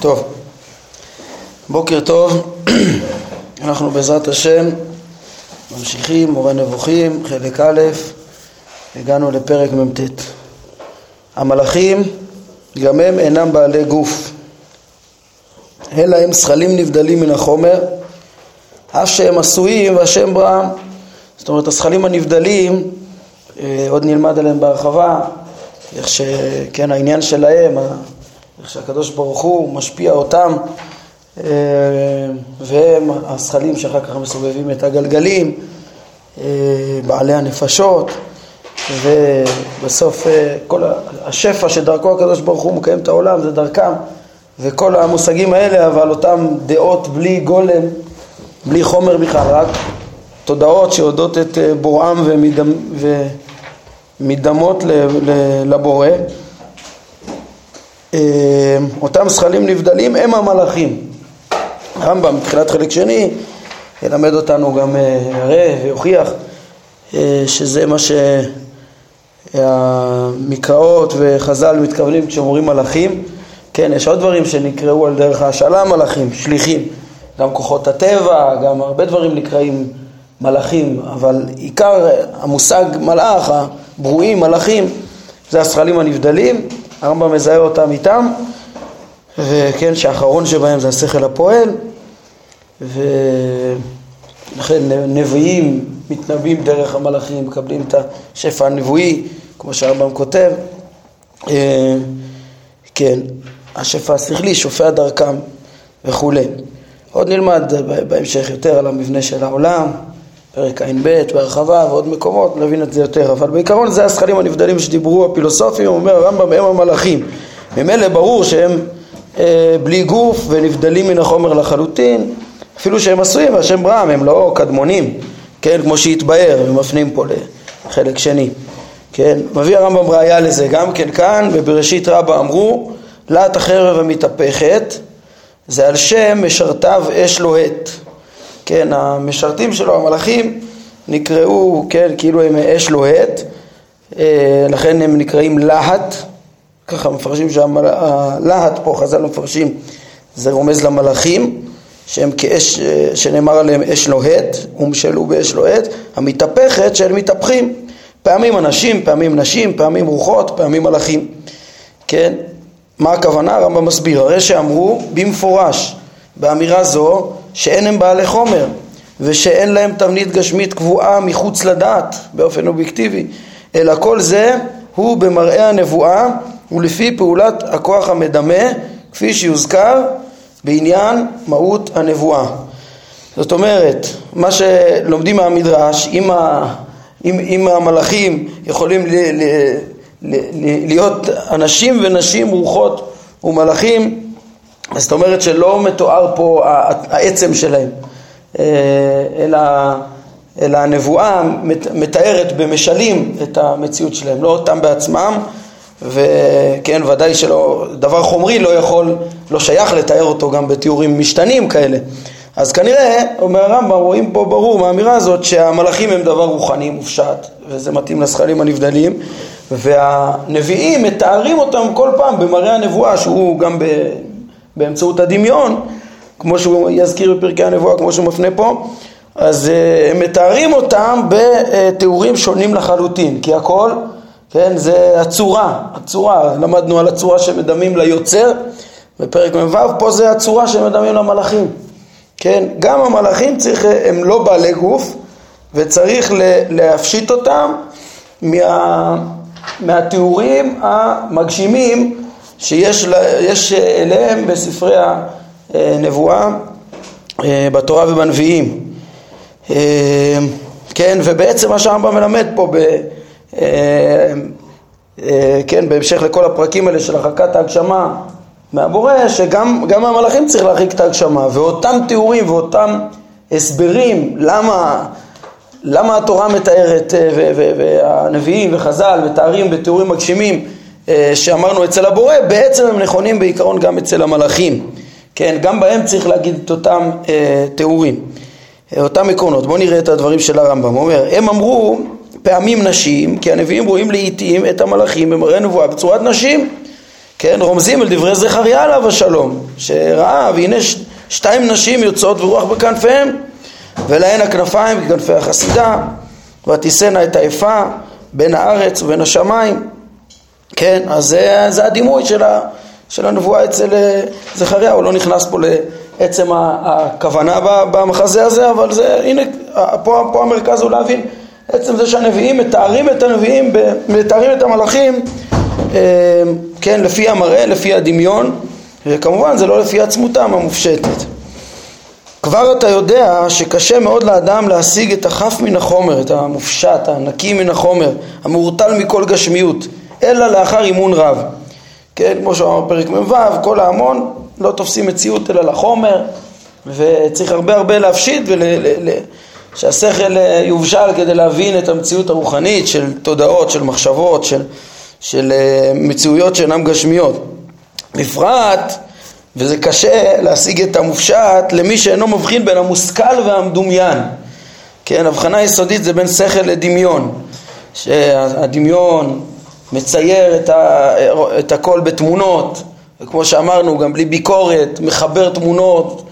טוב, בוקר טוב, אנחנו בעזרת השם ממשיכים מורה נבוכים, חלק א', הגענו לפרק מ"ט. המלאכים גם הם אינם בעלי גוף, אלא הם שכלים נבדלים מן החומר, אף שהם עשויים והשם בראם. זאת אומרת, השכלים הנבדלים, עוד נלמד עליהם בהרחבה, איך שכן העניין שלהם, איך שהקדוש ברוך הוא משפיע אותם, והם השכלים שאחר כך מסובבים את הגלגלים, בעלי הנפשות, ובסוף כל השפע שדרכו הקדוש ברוך הוא מקיים את העולם זה דרכם, וכל המושגים האלה, אבל אותם דעות בלי גולם, בלי חומר בכלל, רק תודעות שיודעות את בוראם ומדמות לבורא. אותם שכלים נבדלים הם המלאכים. הרמב"ם בתחילת חלק שני ילמד אותנו גם הרי ויוכיח שזה מה שהמקראות וחז"ל מתכוונים כשאומרים מלאכים. כן, יש עוד דברים שנקראו על דרך ההשאלה מלאכים, שליחים, גם כוחות הטבע, גם הרבה דברים נקראים מלאכים, אבל עיקר המושג מלאך, הברואים, מלאכים, זה השכלים הנבדלים. הרמב"ם מזהה אותם איתם, וכן, שהאחרון שבהם זה השכל הפועל, ולכן נביאים מתנבאים דרך המלאכים, מקבלים את השפע הנבואי, כמו שהרמב"ם כותב. כן, השפע השכלי שופע דרכם וכו'. עוד נלמד בהמשך יותר על המבנה של העולם, פרק ע"ב בהרחבה ועוד מקומות, נבין את זה יותר, אבל בעיקרון זה השכלים הנבדלים שדיברו הפילוסופים. אומר הרמב"ם הם המלאכים, ממילא ברור שהם בלי גוף ונבדלים מן החומר לחלוטין, אפילו שהם עשויים והשם בראם, הם לא קדמונים, כן, כמו שהתבאר, ומפנים פה לחלק שני. כן, מביא הרמב"ם ראיה לזה גם כן כאן, בבראשית רבה אמרו, לעת החרב המתהפכת, זה על שם משרתיו אש לוהט. כן, המשרתים שלו, המלאכים, נקראו, כן, כאילו הם אש לוהט, לכן הם נקראים להט, ככה מפרשים שהלהט פה, חז"ל מפרשים, זה רומז למלאכים, שהם כאש, שנאמר עליהם אש לוהט, ומשלו באש לוהט, המתהפכת שהם מתהפכים, פעמים אנשים, פעמים נשים, פעמים רוחות, פעמים מלאכים. כן, מה הכוונה? הרמב"ם מסביר, הרי שאמרו במפורש, באמירה זו, שאין הם בעלי חומר, ושאין להם תבנית גשמית קבועה מחוץ לדעת, באופן אובייקטיבי, אלא כל זה הוא במראה הנבואה, ולפי פעולת הכוח המדמה, כפי שיוזכר בעניין מהות הנבואה. זאת אומרת, מה שלומדים מהמדרש, אם המלאכים יכולים להיות אנשים ונשים, רוחות ומלאכים, אז זאת אומרת שלא מתואר פה העצם שלהם, אלא הנבואה מתארת במשלים את המציאות שלהם, לא אותם בעצמם, וכן, ודאי שלא, דבר חומרי לא שייך לתאר אותו גם בתיאורים משתנים כאלה. אז כנראה, אומר הרמב"ם, רואים פה ברור מהאמירה הזאת שהמלאכים הם דבר רוחני מופשט, וזה מתאים לשכלים הנבדלים, והנביאים מתארים אותם כל פעם במראה הנבואה, שהוא גם באמצעות הדמיון, כמו שהוא יזכיר בפרקי הנבואה, כמו שהוא מפנה פה, אז הם מתארים אותם בתיאורים שונים לחלוטין, כי הכל, כן, זה הצורה, למדנו על הצורה שמדמים ליוצר, בפרק מ"ו, פה זה הצורה שמדמים למלאכים. כן, גם המלאכים הם לא בעלי גוף, וצריך להפשיט אותם מהתיאורים המגשימים שיש אליהם בספרי הנבואה, בתורה ובנביאים. כן, ובעצם מה שהרמב"ם מלמד פה כן, בהמשך לכל הפרקים האלה של הרחקת ההגשמה מהבורא, שגם המלאכים צריך להרחיק את ההגשמה, ואותם תיאורים ואותם הסברים למה התורה מתארת והנביאים וחז"ל מתארים בתיאורים מגשימים שאמרנו אצל הבורא, בעצם הם נכונים בעיקרון גם אצל המלאכים. כן, גם בהם צריך להגיד את אותם תיאורים, אותם עקרונות. בואו נראה את הדברים של הרמב"ם. הוא אומר, הם אמרו פעמים נשים, כי הנביאים רואים לעיתים את המלאכים במראה נבואה בצורת נשים, כן, רומזים על דברי זכריה עליו השלום, שראה והנה שתיים נשים יוצאות ורוח בכנפיהם, ולהן הכנפיים ככנפי החסידה, ותישאנה את האפה בין הארץ ובין השמיים. כן, אז זה הדימוי של הנבואה אצל זכריה. הוא לא נכנס פה לעצם הכוונה במחזה הזה, אבל זה, הנה, פה המרכז הוא להבין עצם זה שהנביאים מתארים את הנביאים, מתארים את המלאכים, כן, לפי המראה, לפי הדמיון, וכמובן זה לא לפי עצמותם המופשטת. כבר אתה יודע שקשה מאוד לאדם להשיג את החף מן החומר, את המופשט, הנקי מן החומר, המורטל מכל גשמיות, אלא לאחר אימון רב. כן, כמו שאמר פרק מ"ו, כל ההמון לא תופסים מציאות אלא לחומר, וצריך הרבה להפשיט שהשכל יובשל כדי להבין את המציאות הרוחנית של תודעות, של מחשבות, של מציאויות שאינן גשמיות. בפרט, וזה קשה להשיג את המופשט למי שאינו מבחין בין המושכל והמדומיין. כן, הבחנה יסודית זה בין שכל לדמיון, שהדמיון מצייר את הכל בתמונות, וכמו שאמרנו גם בלי ביקורת, מחבר תמונות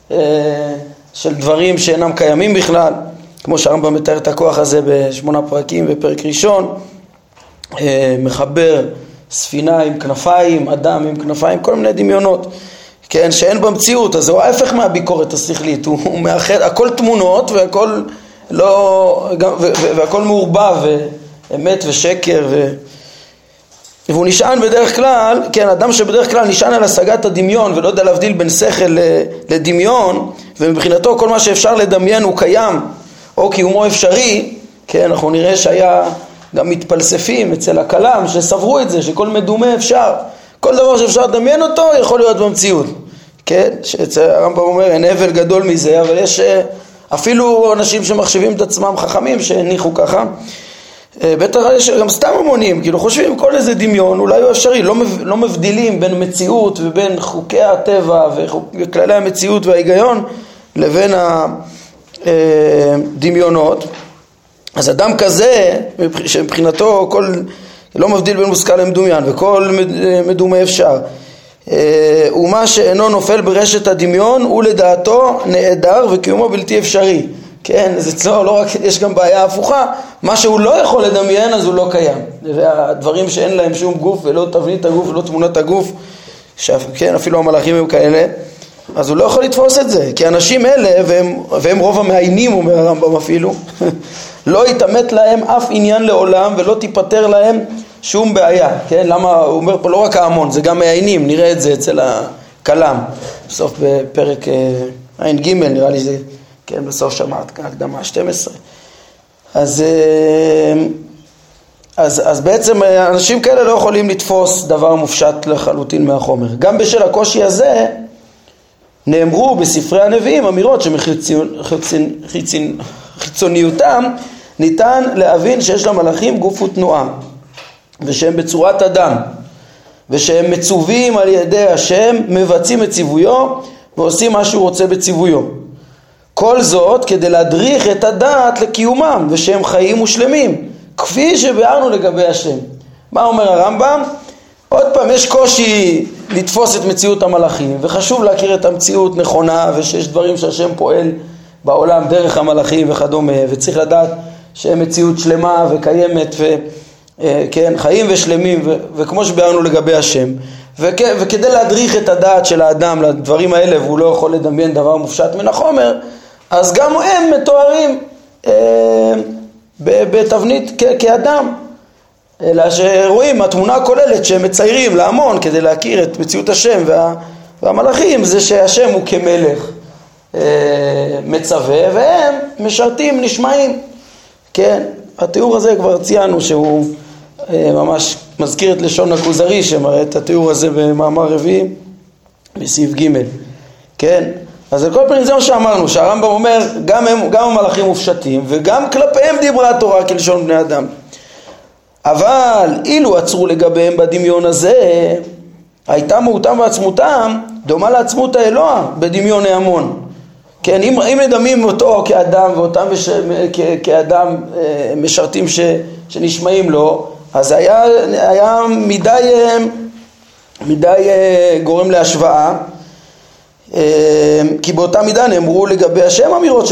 של דברים שאינם קיימים בכלל, כמו שהרמב"ם מתאר את הכוח הזה ב8 פרקים בפרק ראשון, מחבר ספינה עם כנפיים, אדם עם כנפיים, כל מיני דמיונות, כן, שאין במציאות. אז הוא ההפך מהביקורת השכלית, הוא מאחד, הכל תמונות והכל לא, והכל מעורבב, ואמת ושקר, והוא נשען בדרך כלל, כן, אדם שבדרך כלל נשען על השגת הדמיון ולא יודע להבדיל בין שכל לדמיון, ומבחינתו כל מה שאפשר לדמיין הוא קיים או קיומו אפשרי, כן, אנחנו נראה שהיה גם מתפלספים אצל הכלם שסברו את זה, שכל מדומה אפשר, כל דבר שאפשר לדמיין אותו יכול להיות במציאות, כן, הרמב"ם אומר אין הבל גדול מזה, אבל יש אפילו אנשים שמחשבים את עצמם חכמים שהניחו ככה, בטח יש גם סתם המונים, כאילו חושבים כל איזה דמיון אולי הוא אפשרי, לא מבדילים בין מציאות ובין חוקי הטבע וכללי המציאות וההיגיון לבין הדמיונות. אז אדם כזה שמבחינתו לא מבדיל בין מושכל למדומיין וכל מדומה אפשר, ומה שאינו נופל ברשת הדמיון הוא לדעתו נעדר וקיומו בלתי אפשרי. כן, אז אצלו לא רק, יש גם בעיה הפוכה, מה שהוא לא יכול לדמיין אז הוא לא קיים. והדברים שאין להם שום גוף ולא תבנית הגוף ולא תמונת הגוף, כן, אפילו המלאכים הם כאלה, אז הוא לא יכול לתפוס את זה, כי אנשים אלה, והם רוב המעיינים, אומר הרמב"ם אפילו, לא יתאמת להם אף עניין לעולם ולא תיפטר להם שום בעיה. כן, למה הוא אומר פה לא רק ההמון, זה גם מעיינים, נראה את זה אצל הכלם, בסוף בפרק עין ג' נראה לי זה, כן, בסוף שמעת הקדמה 12. אז בעצם אנשים כאלה לא יכולים לתפוס דבר מופשט לחלוטין מהחומר. גם בשל הקושי הזה נאמרו בספרי הנביאים אמירות שמחיצוניותם ניתן להבין שיש למלאכים גוף ותנועה, ושהם בצורת אדם, ושהם מצווים על ידי השם, מבצעים את ציוויו ועושים מה שהוא רוצה בציוויו. כל זאת כדי להדריך את הדעת לקיומם, ושהם חיים ושלמים, כפי שביארנו לגבי השם. מה אומר הרמב"ם? עוד פעם, יש קושי לתפוס את מציאות המלאכים, וחשוב להכיר את המציאות נכונה, ושיש דברים שהשם פועל בעולם דרך המלאכים וכדומה, וצריך לדעת שהם מציאות שלמה וקיימת, וכן, חיים ושלמים, וכמו שביארנו לגבי השם. וכדי להדריך את הדעת של האדם לדברים האלה, והוא לא יכול לדמיין דבר מופשט מן החומר, אז גם הם מתוארים בתבנית כאדם, אלא שרואים התמונה הכוללת שהם מציירים להמון כדי להכיר את מציאות השם והמלאכים, זה שהשם הוא כמלך מצווה והם משרתים נשמעים. כן, התיאור הזה כבר ציינו שהוא ממש מזכיר את לשון הכוזרי שמראה את התיאור הזה במאמר רביעי בסעיף ג'. כן, אז על כל פנים זה מה שאמרנו, שהרמב"ם אומר גם המלאכים מופשטים וגם כלפיהם דיברה התורה כלשון בני אדם. אבל אילו עצרו לגביהם בדמיון הזה, הייתה מהותם ועצמותם דומה לעצמות האלוה בדמיון ההמון. כן, אם נדמים אותו כאדם ואותם כאדם משרתים שנשמעים לו, אז היה מדי מדי גורם להשוואה, כי באותה מידה נאמרו לגבי השם אמירות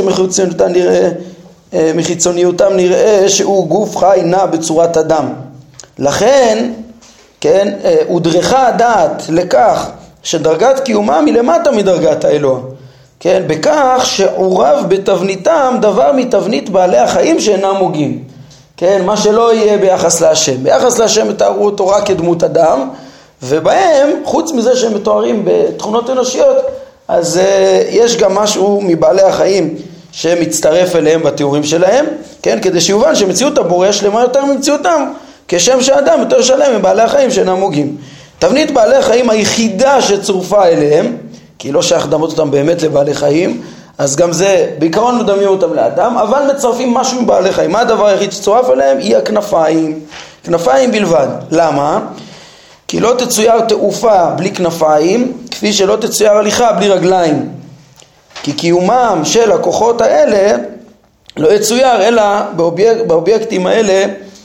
שמחיצוניותם נראה שהוא גוף חי נע בצורת אדם. לכן, כן, הודרכה הדעת לכך שדרגת קיומם היא למטה מדרגת האלוה, כן, בכך שעורב בתבניתם דבר מתבנית בעלי החיים שאינם מוגים, כן, מה שלא יהיה ביחס להשם. ביחס להשם מתארו אותו רק כדמות אדם, ובהם, חוץ מזה שהם מתוארים בתכונות אנושיות, אז יש גם משהו מבעלי החיים שמצטרף אליהם בתיאורים שלהם, כן, כדי שיובן שמציאות הבורא שלמה יותר ממציאותם, כשם שהאדם יותר שלם מבעלי החיים שאינם מוגים. תבנית בעלי החיים היחידה שצורפה אליהם, כי לא שייך לדמות אותם באמת לבעלי חיים, אז גם זה, בעיקרון מדמים אותם לאדם, אבל מצרפים משהו מבעלי חיים. מה הדבר היחיד שצורף אליהם? היא הכנפיים, כנפיים בלבד. למה? כי לא תצויר תעופה בלי כנפיים, כפי שלא תצויר הליכה בלי רגליים. כי קיומם של הכוחות האלה לא יצויר אלא באובייקטים האלה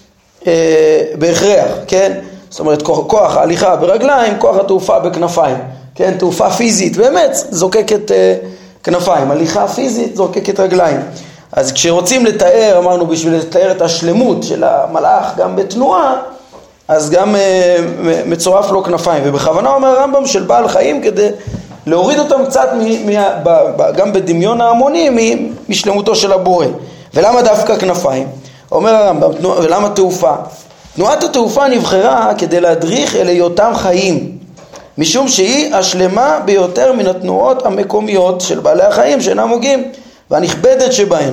בהכרח, כן? זאת אומרת, כוח ההליכה ברגליים, כוח התעופה בכנפיים, כן? תעופה פיזית באמת זוקקת כנפיים, הליכה פיזית זוקקת רגליים. אז כשרוצים לתאר, אמרנו בשביל לתאר את השלמות של המלאך גם בתנועה, אז גם מצורף לו כנפיים, ובכוונה אומר הרמב"ם של בעל חיים כדי להוריד אותם קצת גם בדמיון ההמוני משלמותו של הבורא. ולמה דווקא כנפיים? אומר הרמב"ם, ולמה תעופה? תנועת התעופה נבחרה כדי להדריך אל היותם חיים, משום שהיא השלמה ביותר מן התנועות המקומיות של בעלי החיים שאינם מוגים, והנכבדת שבהם.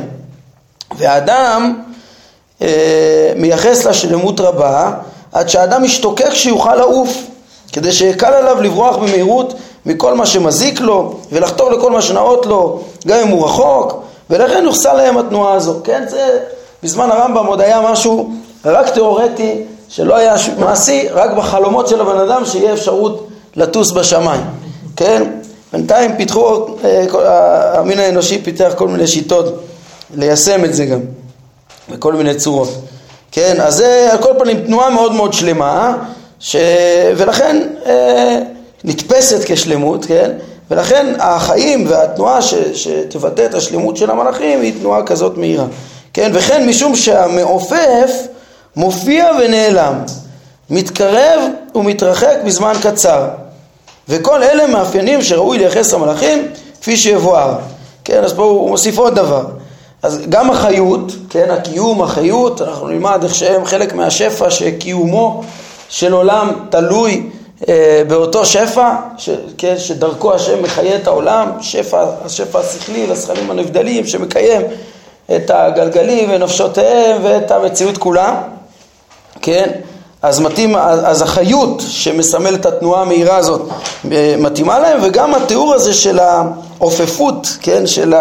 והאדם מייחס לה שלמות רבה, עד שהאדם משתוקק שיוכל לעוף, כדי שיקל עליו לברוח במהירות מכל מה שמזיק לו, ולחתור לכל מה שנאות לו, גם אם הוא רחוק, ולכן יוחסה להם התנועה הזו. כן, זה בזמן הרמב"ם עוד היה משהו רק תיאורטי, שלא היה מעשי, רק בחלומות של הבן אדם שיהיה אפשרות לטוס בשמיים. כן, בינתיים פיתחו, המין האנושי פיתח כל מיני שיטות ליישם את זה גם, בכל מיני צורות. כן, אז זה על כל פנים תנועה מאוד מאוד שלמה, ולכן נתפסת כשלמות, כן? ולכן החיים והתנועה שתבטא את השלמות של המלאכים היא תנועה כזאת מהירה. כן, וכן משום שהמעופף מופיע ונעלם, מתקרב ומתרחק בזמן קצר. וכל אלה מאפיינים שראוי לייחס למלאכים כפי שיבואר. כן, אז פה הוא מוסיף עוד דבר. אז גם החיות, כן, הקיום, החיות, אנחנו נלמד איך שהם חלק מהשפע שקיומו של עולם תלוי באותו שפע, כן, שדרכו השם מחיה את העולם, השפע השכלי, לשכלים הנבדלים שמקיים את הגלגלים ונפשותיהם ואת המציאות כולה, כן, אז החיות שמסמל את התנועה המהירה הזאת מתאימה להם, וגם התיאור הזה של העופפות, כן, של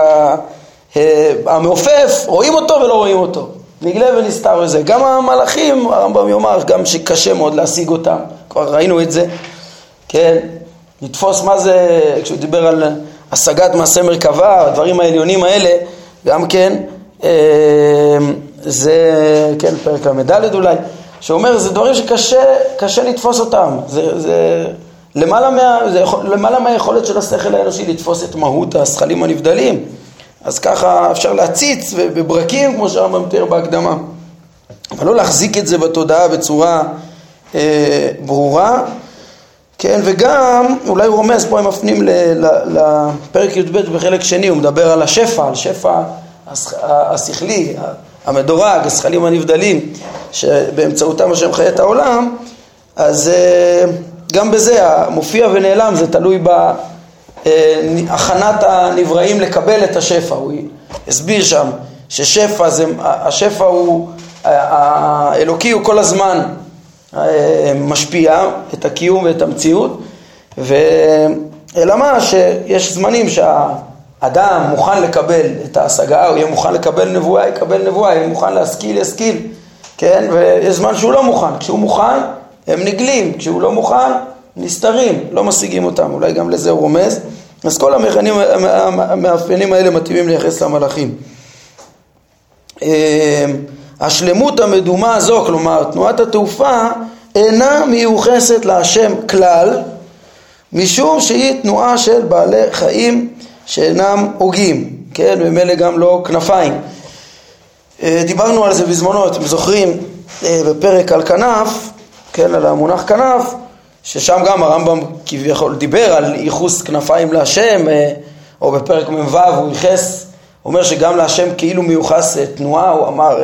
המעופף, רואים אותו ולא רואים אותו, נגלה ונסתר וזה. גם המלאכים, הרמב"ם יאמר, גם שקשה מאוד להשיג אותם, כבר ראינו את זה, כן, לתפוס מה זה, כשהוא דיבר על השגת מעשה מרכבה, הדברים העליונים האלה, גם כן, זה, כן, פרק למדלת אולי, שאומר, זה דברים שקשה לתפוס אותם, זה למעלה מהיכולת של השכל האנושי לתפוס את מהות השכלים הנבדלים, אז ככה אפשר להציץ בברקים, כמו שהרמב"ם תיאר בהקדמה, אבל לא להחזיק את זה בתודעה בצורה ברורה, כן, וגם אולי הוא רומז, פה הם מפנים לפרק י"ב בחלק שני, הוא מדבר על השפע, על שפע השכלי, המדורג, השכלים הנבדלים, שבאמצעותם השם חי את העולם, אז גם בזה, המופיע ונעלם, זה תלוי בהכנת הנבראים לקבל את השפע. הוא הסביר שם ששפע, השפע הוא, האלוקי הוא כל הזמן משפיע את הקיום ואת המציאות, אלא מה שיש זמנים שהאדם מוכן לקבל את ההשגה, הוא יהיה מוכן לקבל נבואה, יקבל נבואה, יהיה מוכן להשכיל, ישכיל, כן? ויש זמן שהוא לא מוכן, כשהוא מוכן הם נגלים, כשהוא לא מוכן נסתרים, לא משיגים אותם, אולי גם לזה הוא רומז. אז כל המאפיינים האלה מתאימים לייחס למלאכים. השלמות המדומה הזו, כלומר תנועת התעופה, אינה מיוחסת להשם כלל, משום שהיא תנועה של בעלי חיים שאינם הוגים, כן, וממילא גם לא כנפיים. דיברנו על זה בזמנו, אתם זוכרים, בפרק על כנף, כן, על המונח כנף, ששם גם הרמב"ם כביכול דיבר על ייחוס כנפיים להשם, או בפרק מ"ו הוא ייחס, הוא אומר שגם להשם כאילו מיוחס תנועה, הוא אמר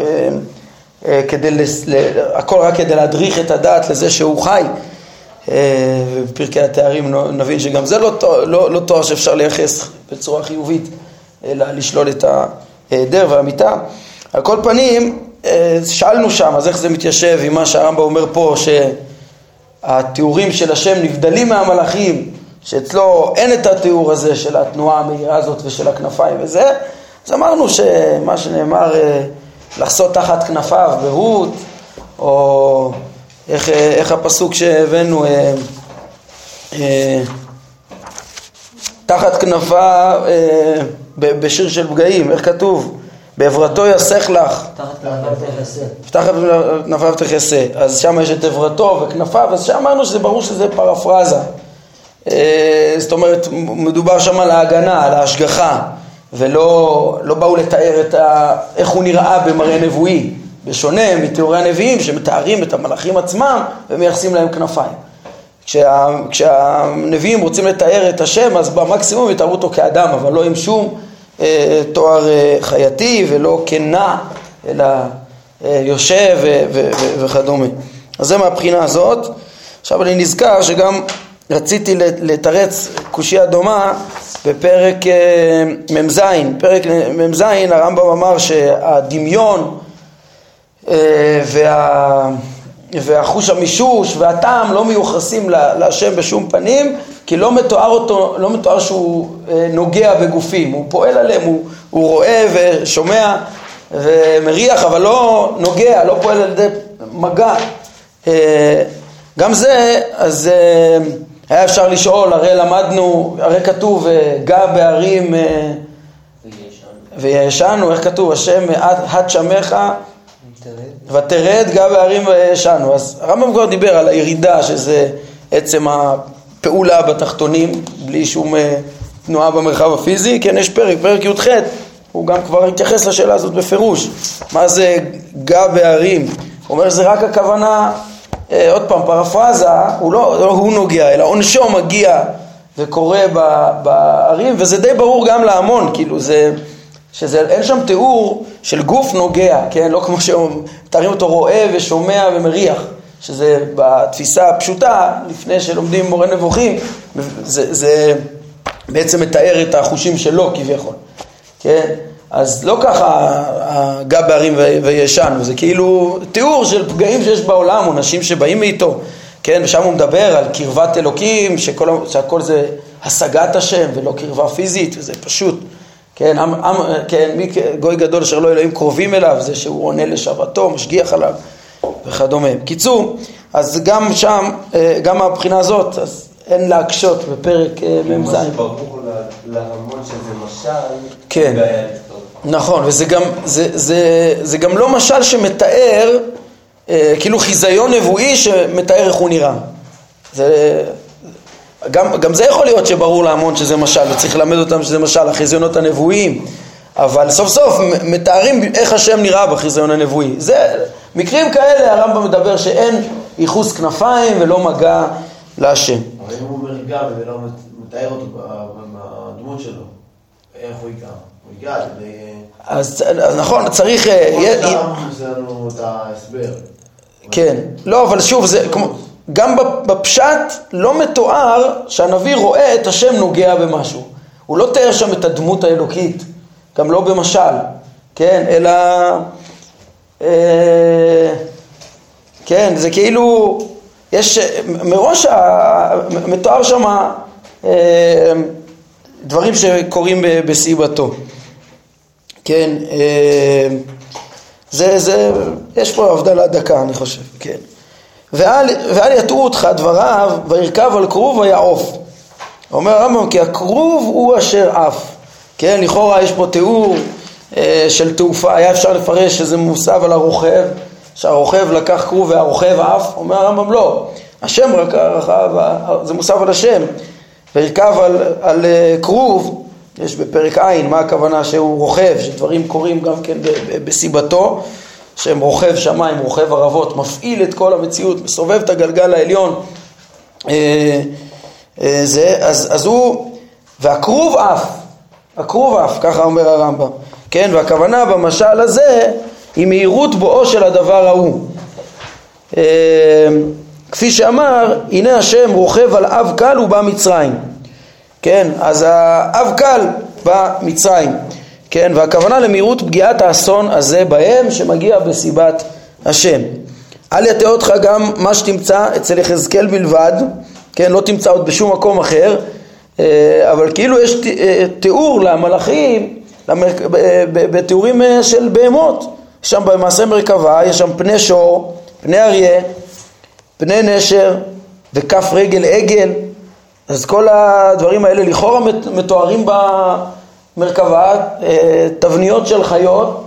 הכל רק כדי להדריך את הדעת לזה שהוא חי. בפרקי התארים נבין שגם זה לא תואר שאפשר לייחס בצורה חיובית, אלא לשלול את ההיעדר והאמיתה. על כל פנים, שאלנו שם, אז איך זה מתיישב עם מה שהרמב"ם אומר פה, שהתיאורים של השם נבדלים מהמלאכים, שאצלו אין את התיאור הזה של התנועה המהירה הזאת ושל הכנפיים וזה. אז אמרנו שמה שנאמר לחסות תחת כנפיו בהות, או איך הפסוק שהבאנו תחת כנפיו בשיר של פגעים, איך כתוב? בעברתו יסך לך, תחת כנפיו תכסה. אז שם יש את עברתו וכנפיו, אז שם אמרנו שזה ברור שזה פרפרזה. זאת אומרת, מדובר שם על ההגנה, על ההשגחה, ולא באו לתאר איך הוא נראה במראה נבואי, בשונה מתיאורי הנביאים שמתארים את המלאכים עצמם ומייחסים להם כנפיים. כשהנביאים רוצים לתאר את השם, אז במקסימום יתארו אותו כאדם, אבל לא עם שום תואר חייתי ולא כנע, אלא יושב וכדומה. אז זה מהבחינה הזאת. עכשיו אני נזכר שגם רציתי לתרץ קושיה דומה בפרק מ"ז. פרק מ"ז הרמב"ם אמר שהדמיון והחוש המישוש והטעם לא מיוחסים להשם בשום פנים, כי לא מתואר שהוא נוגע בגופים, הוא פועל עליהם, הוא רואה ושומע ומריח, אבל לא נוגע, לא פועל על ידי מגע. גם זה, אז היה אפשר לשאול, הרי למדנו, הרי כתוב גע בהרים וישנו, איך כתוב? השם הד שמך ותרד גע בהרים וישנו. אז הרמב"ם כבר דיבר על הירידה, שזה עצם הפעולה בתחתונים, בלי שום תנועה במרחב הפיזי. כן, יש פרק י"ח, הוא גם כבר התייחס לשאלה הזאת בפירוש. מה זה גע בהרים? הוא אומר שזה רק הכוונה, עוד פעם, פרפרזה, לא הוא נוגע, אלא עונשו מגיע וקורה בערים, וזה די ברור גם להמון, כאילו אין שם תיאור של גוף נוגע, כן? לא כמו שמתארים אותו רואה ושומע ומריח, שזה בתפיסה הפשוטה, לפני שלומדים מורה נבוכים, זה בעצם מתאר את החושים שלו כביכול, כן? אז לא ככה הגע בהרים וישנו, זה כאילו תיאור של פגעים שיש בעולם, או נשים שבאים מאיתו, כן? ושם הוא מדבר על קרבת אלוקים, שהכל זה השגת השם ולא קרבה פיזית, וזה פשוט, כן? כן, מי גוי גדול אשר לא אלוהים קרובים אליו, זה שהוא עונה לשבתו, משגיח עליו וכדומה. קיצור, אז גם שם, גם מהבחינה הזאת, אז אין להקשות בפרק מ"ז. מה שברור להמון שזה משל, כן. נכון, וזה גם, זה גם לא משל שמתאר, כאילו חיזיון נבואי שמתאר איך הוא נראה. גם זה יכול להיות שברור להמון שזה משל, וצריך ללמד אותם שזה משל, החיזיונות הנבואיים. אבל סוף סוף מתארים איך השם נראה בחיזיון הנבואי. זה, מקרים כאלה הרמב"ם מדבר שאין ייחוס כנפיים ולא מגע להשם. אבל אם הוא מרגע ולא מתאר אותו בדמות שלו, איך הוא ייגע? הוא ייגע כדי... אז נכון, צריך... זה לנו את ההסבר. כן, לא, אבל שוב, זה כמו... גם בפשט לא מתואר שהנביא רואה את השם נוגע במשהו. הוא לא תאר שם את הדמות האלוקית, גם לא במשל, כן, אלא... כן, זה כאילו... יש מראש מתואר שם דברים שקורים בסיבתו. כן, יש פה הבדלה דקה, אני חושב, כן. ואל יטעו אותך דבריו, וירכב על כרוב ויעוף. אומר הרמב"ם, כי הכרוב הוא אשר עף. כן, לכאורה יש פה תיאור של תעופה, היה אפשר לפרש שזה מוסב על הרוכב, שהרוכב לקח כרוב והרוכב עף, אומר הרמב"ם לא, השם רכב, זה מוסף על השם, ורכב על כרוב, יש בפרק עין, מה הכוונה שהוא רוכב, שדברים קורים גם כן בסיבתו, שהם רוכב שמיים, רוכב ערבות, מפעיל את כל המציאות, מסובב את הגלגל העליון, אז הוא, והכרוב עף, ככה אומר הרמב"ם, כן, והכוונה במשל הזה, היא מהירות בואו של הדבר ההוא. כפי שאמר, הנה השם רוכב על אב קל ובא מצרים. כן, אז האב קל בא מצרים. כן, והכוונה למהירות פגיעת האסון הזה בהם שמגיע בסיבת השם. אל יטעה אותך גם מה שתמצא אצל יחזקאל בלבד, כן, לא תמצא עוד בשום מקום אחר, אבל כאילו יש תיאור למלאכים, בתיאורים של בהמות. שם במעשה מרכבה יש שם פני שור, פני אריה, פני נשר וכף רגל עגל. אז כל הדברים האלה לכאורה מתוארים במרכבה, תבניות של חיות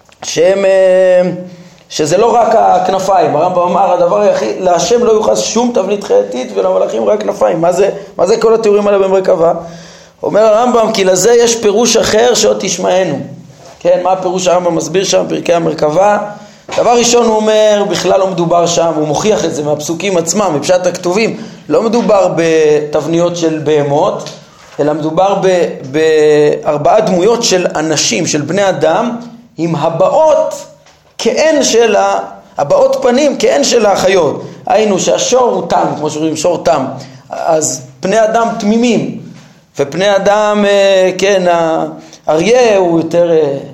שזה לא רק הכנפיים. הרמב"ם אמר הדבר היחיד, להשם לא יוחס שום תבנית חייתית ולמלאכים רק כנפיים. מה זה כל התיאורים האלה במרכבה? אומר הרמב"ם כי לזה יש פירוש אחר שעוד תשמענו. כן, מה הפירוש הרמב"ם מסביר שם פרקי המרכבה? דבר ראשון הוא אומר, בכלל לא מדובר שם, הוא מוכיח את זה מהפסוקים עצמם, מפשט הכתובים, לא מדובר בתבניות של בהמות, אלא מדובר בארבעה דמויות של אנשים, של בני אדם, עם הבעות כאין של הבעות פנים כאין של החיות. היינו שהשור הוא תם, כמו שאומרים שור תם, אז פני אדם תמימים, ופני אדם, כן, האריה הוא יותר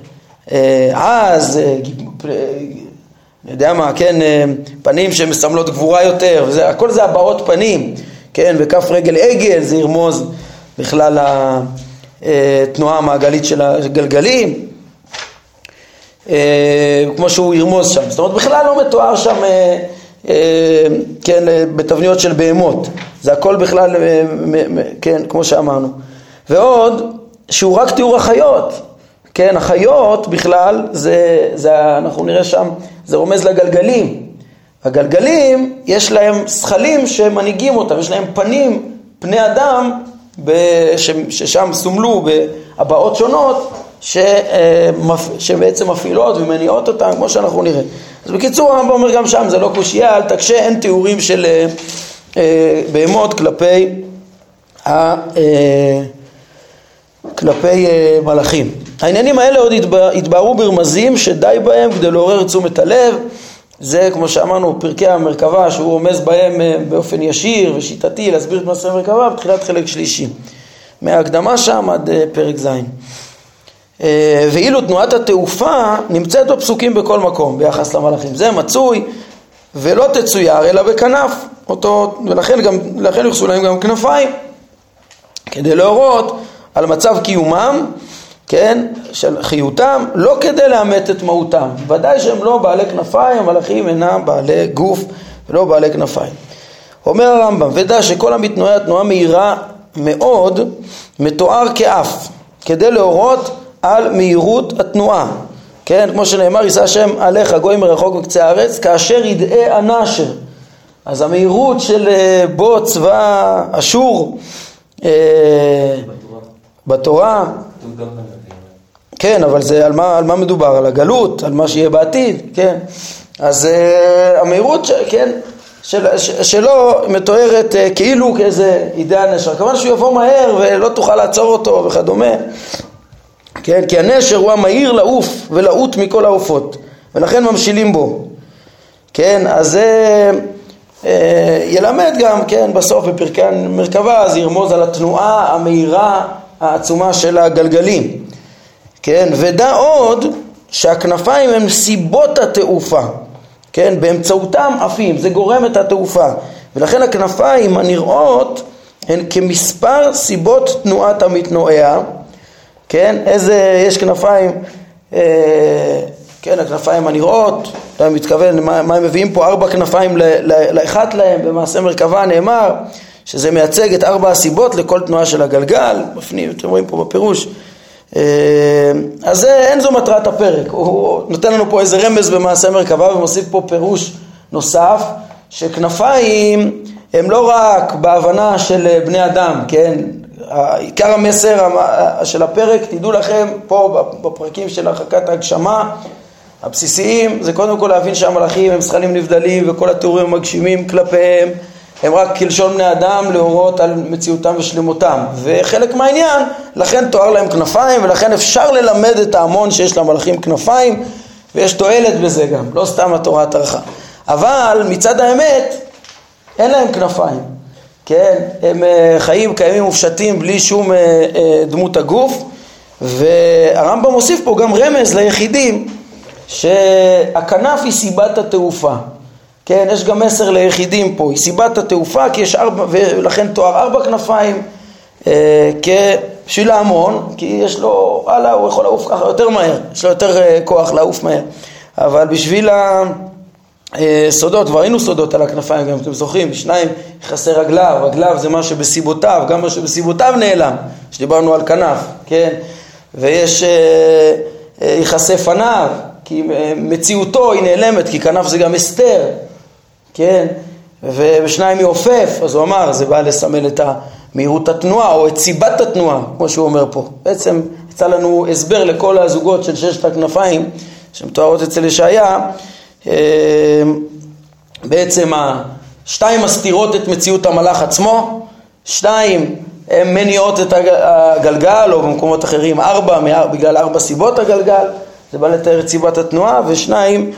עז, אני יודע מה, כן, פנים שמסמלות גבורה יותר, וזה, הכל זה הבעות פנים, כן, וכף רגל עגל, זה ירמוז בכלל התנועה המעגלית של הגלגלים, כמו שהוא ירמוז שם, זאת אומרת, בכלל לא מתואר שם, כן, בתבניות של בהמות, זה הכל בכלל, כן, כמו שאמרנו, ועוד, שהוא רק תיאור החיות, כן, החיות בכלל, אנחנו נראה שם, זה רומז לגלגלים. הגלגלים, יש להם שכלים שמנהיגים אותם, יש להם פנים, פני אדם, ששם סומלו בהבעות שונות, שבעצם מפעילות ומניעות אותם, כמו שאנחנו נראה. אז בקיצור, הרמב"ם אומר גם שם, זה לא קושיה, אל תקשה, אין תיאורים של בהמות כלפי מלאכים. העניינים האלה עוד התבהרו ברמזים שדי בהם כדי לעורר תשומת הלב. זה כמו שאמרנו פרקי המרכבה שהוא רומז בהם באופן ישיר ושיטתי להסביר את מעשה המרכבה בתחילת חלק שלישי מההקדמה שם עד פרק ז'. ואילו תנועת התעופה נמצאת בפסוקים בכל מקום ביחס למלאכים, זה מצוי ולא תצויר אלא בכנף אותו, ולכן יוחסו להם גם כנפיים כדי להורות על מצב קיומם, כן, של חיותם, לא כדי לאמת את מהותם. ודאי שהם לא בעלי כנפיים, המלאכים אינם בעלי גוף ולא בעלי כנפיים. אומר הרמב"ם, ודע שכל המתנועה תנועה מהירה מאוד מתואר כאף, כדי להורות על מהירות התנועה. כן, כמו שנאמר, יישא השם עליך גוי מרחוק מקצה הארץ, כאשר ידעה הנשר. אז המהירות של בו צבא אשור, בתורה, כן, אבל זה על מה מדובר? על הגלות, על מה שיהיה בעתיד, כן. אז המהירות, כן, שלו מתוארת כאילו כאיזה ידע הנשר. כמובן שהוא יבוא מהר ולא תוכל לעצור אותו וכדומה. כן, כי הנשר הוא המהיר לעוף ולעוט מכל העופות, ולכן ממשילים בו. כן, אז זה ילמד גם, כן, בסוף בפרקי המרכבה, אז ירמוז על התנועה המהירה העצומה של הגלגלים. כן, ודע עוד שהכנפיים הם סיבות התעופה. כן, באמצעותם עפים, זה גורם את התעופה. ולכן הכנפיים הנראות הן כמספר סיבות תנועת המתנועע. כן, יש כנפיים, כן, הכנפיים הנראות, אתה מתכוון, מה הם מביאים פה 4 כנפיים לאחת להם, במעשה מרכבה נאמר, שזה מייצג את 4 הסיבות לכל תנועה של הגלגל, מפנים, אתם רואים פה בפירוש, אז אין זו מטרת הפרק. הוא נותן לנו פה איזה רמז במעשה מרכבה ומוסיף פה פירוש נוסף, שכנפיים הם לא רק בהבנה של בני אדם, כן? עיקר המסר של הפרק, תדעו לכם פה בפרקים של הרחקת ההגשמה הבסיסיים, זה קודם כל להבין שהמלאכים הם שכלים נבדלים וכל התיאורים המגשימים כלפיהם הם רק כלשון בני אדם להורות על מציאותם ושלמותם, וחלק מהעניין לכן תואר להם כנפיים, ולכן אפשר ללמד את ההמון שיש למלאכים כנפיים, ויש תועלת בזה גם, לא סתם התורה טרחה. אבל מצד האמת אין להם כנפיים, כן? הם חיים קיימים ופשטים בלי שום דמות הגוף, והרמב"ם מוסיף פה גם רמז ליחידים שהכנף היא סיבת התעופה. כן, יש גם מסר ליחידים פה, היא סיבת התעופה, כי יש 4, ולכן תואר 4 כנפיים בשביל ההמון, כי יש לו, הוא יכול לעוף ככה יותר מהר, יש לו יותר כוח לעוף מהר, אבל בשביל הסודות, וראינו סודות על הכנפיים, גם אתם זוכרים, 2 חסר רגליו, רגליו זה מה שבסיבותיו, גם מה שבסיבותיו נעלם, שדיברנו על כנף, כן, ויש יחסי פניו, כי מציאותו היא נעלמת, כי כנף זה גם אסתר, כן, ובשניים היא עופף, אז הוא אמר, זה בא לסמל את מהירות התנועה, או את סיבת התנועה, כמו שהוא אומר פה. בעצם יצא לנו הסבר לכל הזוגות של 6 הכנפיים, שמתוארות אצל ישעיה, בעצם 2 מסתירות את מציאות המלאך עצמו, 2 הן מניעות את הגלגל, או במקומות אחרים 4, בגלל 4 סיבות הגלגל, זה בא לתאר את סיבת התנועה, ו2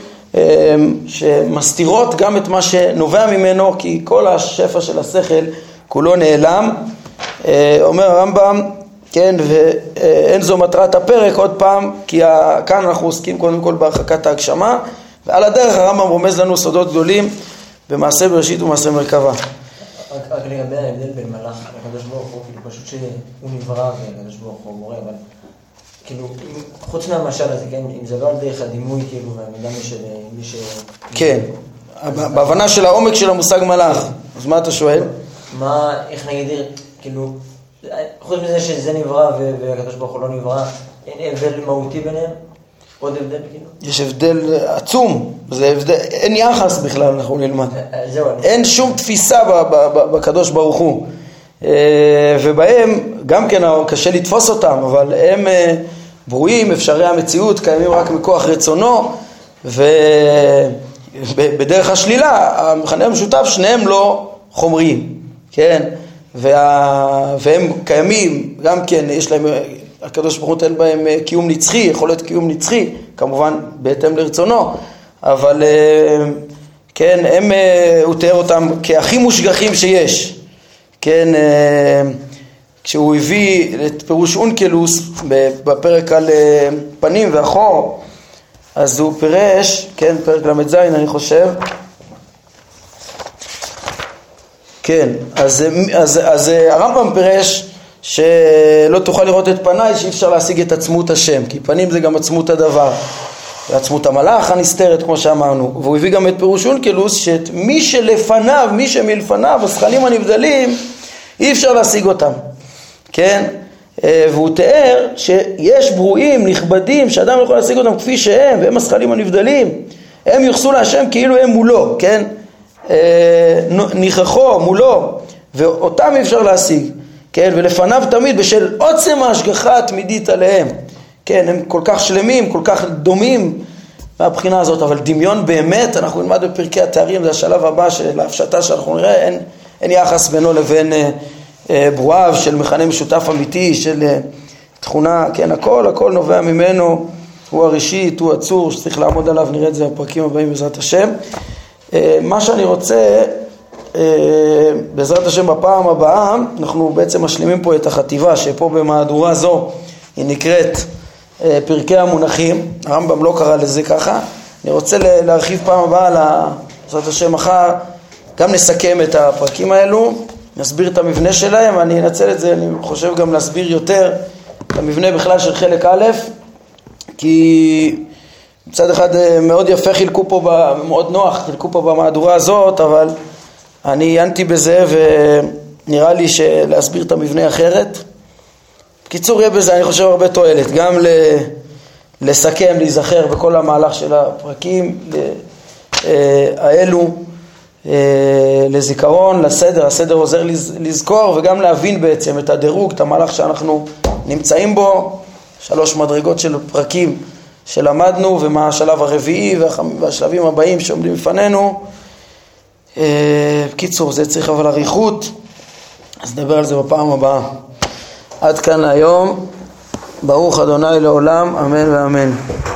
שמסתירות גם את מה שנובע ממנו, כי כל השפע של השכל כולו נעלם. אומר הרמב"ם, כן, ואין זו מטרת הפרק, עוד פעם, כי כאן אנחנו עוסקים קודם כל בהרחקת ההגשמה, ועל הדרך הרמב"ם רומז לנו סודות גדולים במעשה בראשית ומעשה מרכבה. רק לגבי ההבדל בין מלאך לקדוש ברוך הוא, כאילו פשוט שהוא נברא וקדוש ברוך הוא מורה, אבל כאילו, חוץ מהמשל הזה, כן, אם זה לא על דרך הדימוי, כאילו, והמידה של מי ש... כן, בהבנה של העומק של המושג מלאך, אז מה אתה שואל? מה, איך נגיד, כאילו, חוץ מזה שזה נברא והקדוש ברוך הוא לא נברא, אין הבדל מהותי ביניהם? עוד הבדל, כאילו? יש הבדל עצום, זה הבדל, אין יחס בכלל, אנחנו נלמד. אין שום תפיסה בקדוש ברוך הוא. ובהם גם כן קשה לתפוס אותם, אבל הם ברואים, אפשרי המציאות, קיימים רק מכוח רצונו, ובדרך השלילה, המכנה המשותף, שניהם לא חומריים, כן? והם קיימים, גם כן, יש להם, הקדוש ברוך הוא נותן בהם קיום נצחי, יכולת קיום נצחי, כמובן בהתאם לרצונו, אבל כן, הוא תיאר אותם כהכי מושגחים שיש, כן, כשהוא הביא את פירוש אונקלוס בפרק על פנים ואחור, אז הוא פירש, כן, פרק למד זין אני חושב, כן, אז הרמב"ם פירש שלא תוכל לראות את פניי, שאי אפשר להשיג את עצמות השם, כי פנים זה גם עצמות הדבר, ועצמות המלאך הנסתרת כמו שאמרנו. והוא הביא גם את פירוש אונקלוס, שאת מי שלפניו, מי שמלפניו, השכלים הנבדלים, אי אפשר להשיג אותם, כן? והוא תיאר שיש ברואים נכבדים שאדם יכול להשיג אותם כפי שהם, והם השכלים הנבדלים, הם יוחסו להשם כאילו הם מולו, כן? ניחחו מולו, ואותם אי אפשר להשיג, כן? ולפניו תמיד בשל עוצם ההשגחה התמידית עליהם, כן? הם כל כך שלמים, כל כך דומים מהבחינה הזאת, אבל דמיון באמת, אנחנו נלמד בפרקי התארים, זה השלב הבא של ההפשטה שאנחנו נראה, אין יחס בינו לבין ברואיו של מכנה משותף אמיתי, של תכונה, כן? הכל נובע ממנו, הוא הראשית, הוא הצור, שצריך לעמוד עליו, נראה את זה בפרקים הבאים בעזרת השם. מה שאני רוצה, בעזרת השם בפעם הבאה, אנחנו בעצם משלימים פה את החטיבה, שפה במהדורה זו היא נקראת פרקי המונחים, הרמב"ם לא קרא לזה ככה, אני רוצה להרחיב פעם הבאה, בעזרת השם מחר, גם נסכם את הפרקים האלו, נסביר את המבנה שלהם, אני אנצל את זה, אני חושב גם להסביר יותר את המבנה בכלל של חלק א', כי מצד אחד מאוד יפה חילקו פה, מאוד נוח חילקו פה במהדורה הזאת, אבל אני עיינתי בזה ונראה לי שלהסביר את המבנה אחרת. קיצור, יהיה בזה, אני חושב, הרבה תועלת, גם לסכם, להיזכר בכל המהלך של הפרקים האלו, לזיכרון, לסדר, הסדר עוזר לזכור, וגם להבין בעצם את הדירוג, את המהלך שאנחנו נמצאים בו, 3 מדרגות של פרקים שלמדנו, ומה השלב הרביעי והשלבים הבאים שעומדים בפנינו. בקיצור, זה צריך אבל אריכות, אז נדבר על זה בפעם הבאה. עד כאן היום, ברוך אדוני לעולם, אמן ואמן.